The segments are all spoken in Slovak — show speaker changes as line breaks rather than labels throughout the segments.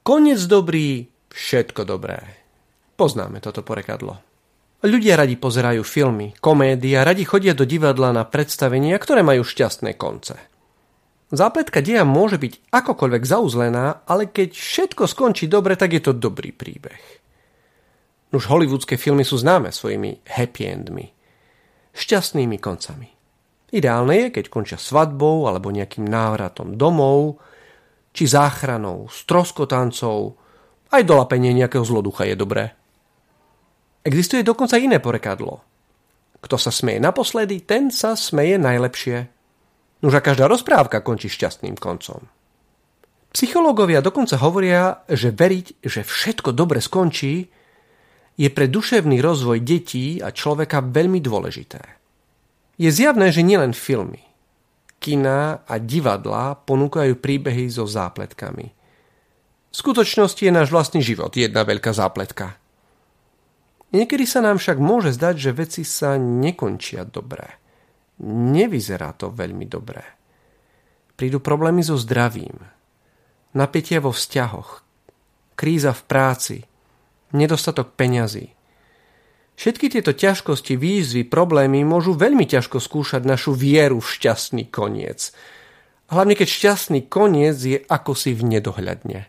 Koniec dobrý, všetko dobré. Poznáme toto porekadlo. Ľudia radi pozerajú filmy, komédie a radi chodia do divadla na predstavenia, ktoré majú šťastné konce. Zápletka deja môže byť akokoľvek zauzlená, ale keď všetko skončí dobre, tak je to dobrý príbeh. Už hollywoodske filmy sú známe svojimi happy endmi, šťastnými koncami. Ideálne je, keď končia svadbou alebo nejakým návratom domov, či záchranou, stroskotancov, aj dolapenie nejakého zloducha je dobré. Existuje dokonca iné porekadlo. Kto sa smeje naposledy, ten sa smeje najlepšie. Nuž a každá rozprávka končí šťastným koncom. Psychológovia dokonca hovoria, že veriť, že všetko dobre skončí, je pre duševný rozvoj detí a človeka veľmi dôležité. Je zjavné, že nielen filmy, kina a divadlá ponúkajú príbehy so zápletkami. V skutočnosti je náš vlastný život jedna veľká zápletka. Niekedy sa nám však môže zdať, že veci sa nekončia dobre. Nevyzerá to veľmi dobre. Prídu problémy so zdravím, napätie vo vzťahoch, kríza v práci, nedostatok peňazí. Všetky tieto ťažkosti, výzvy, problémy môžu veľmi ťažko skúšať našu vieru v šťastný koniec. Hlavne keď šťastný koniec je akosi v nedohľadne.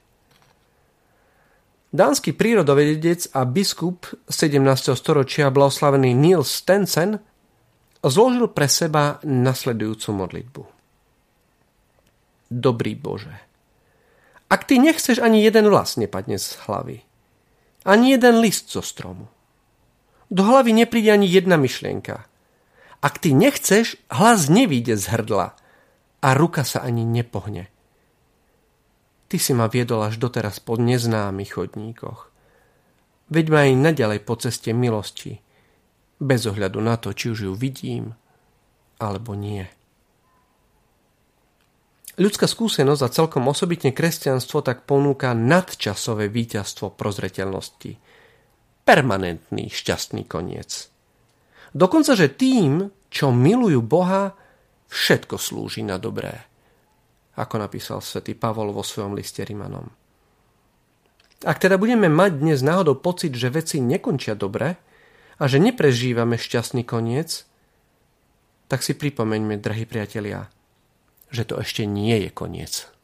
Dánsky prírodovedec a biskup 17. storočia blahoslavený Niels Stensen zložil pre seba nasledujúcu modlitbu. Dobrý Bože, ak Ty nechceš, ani jeden vlas nepadne z hlavy, ani jeden list zo stromu. Do hlavy nepríde ani jedna myšlienka. Ak Ty nechceš, hlas nevíde z hrdla a ruka sa ani nepohne. Ty si ma viedol až doteraz po neznámych chodníkoch. Veď ma aj naďalej po ceste milosti, bez ohľadu na to, či už ju vidím, alebo nie. Ľudská skúsenosť a celkom osobitne kresťanstvo tak ponúka nadčasové víťazstvo prozreteľnosti. Permanentný šťastný koniec. Dokonca, že tým, čo milujú Boha, všetko slúži na dobré. Ako napísal svätý Pavol vo svojom liste Rimanom. Ak teda budeme mať dnes náhodou pocit, že veci nekončia dobre a že neprežívame šťastný koniec, tak si pripomeňme, drahí priatelia, že to ešte nie je koniec.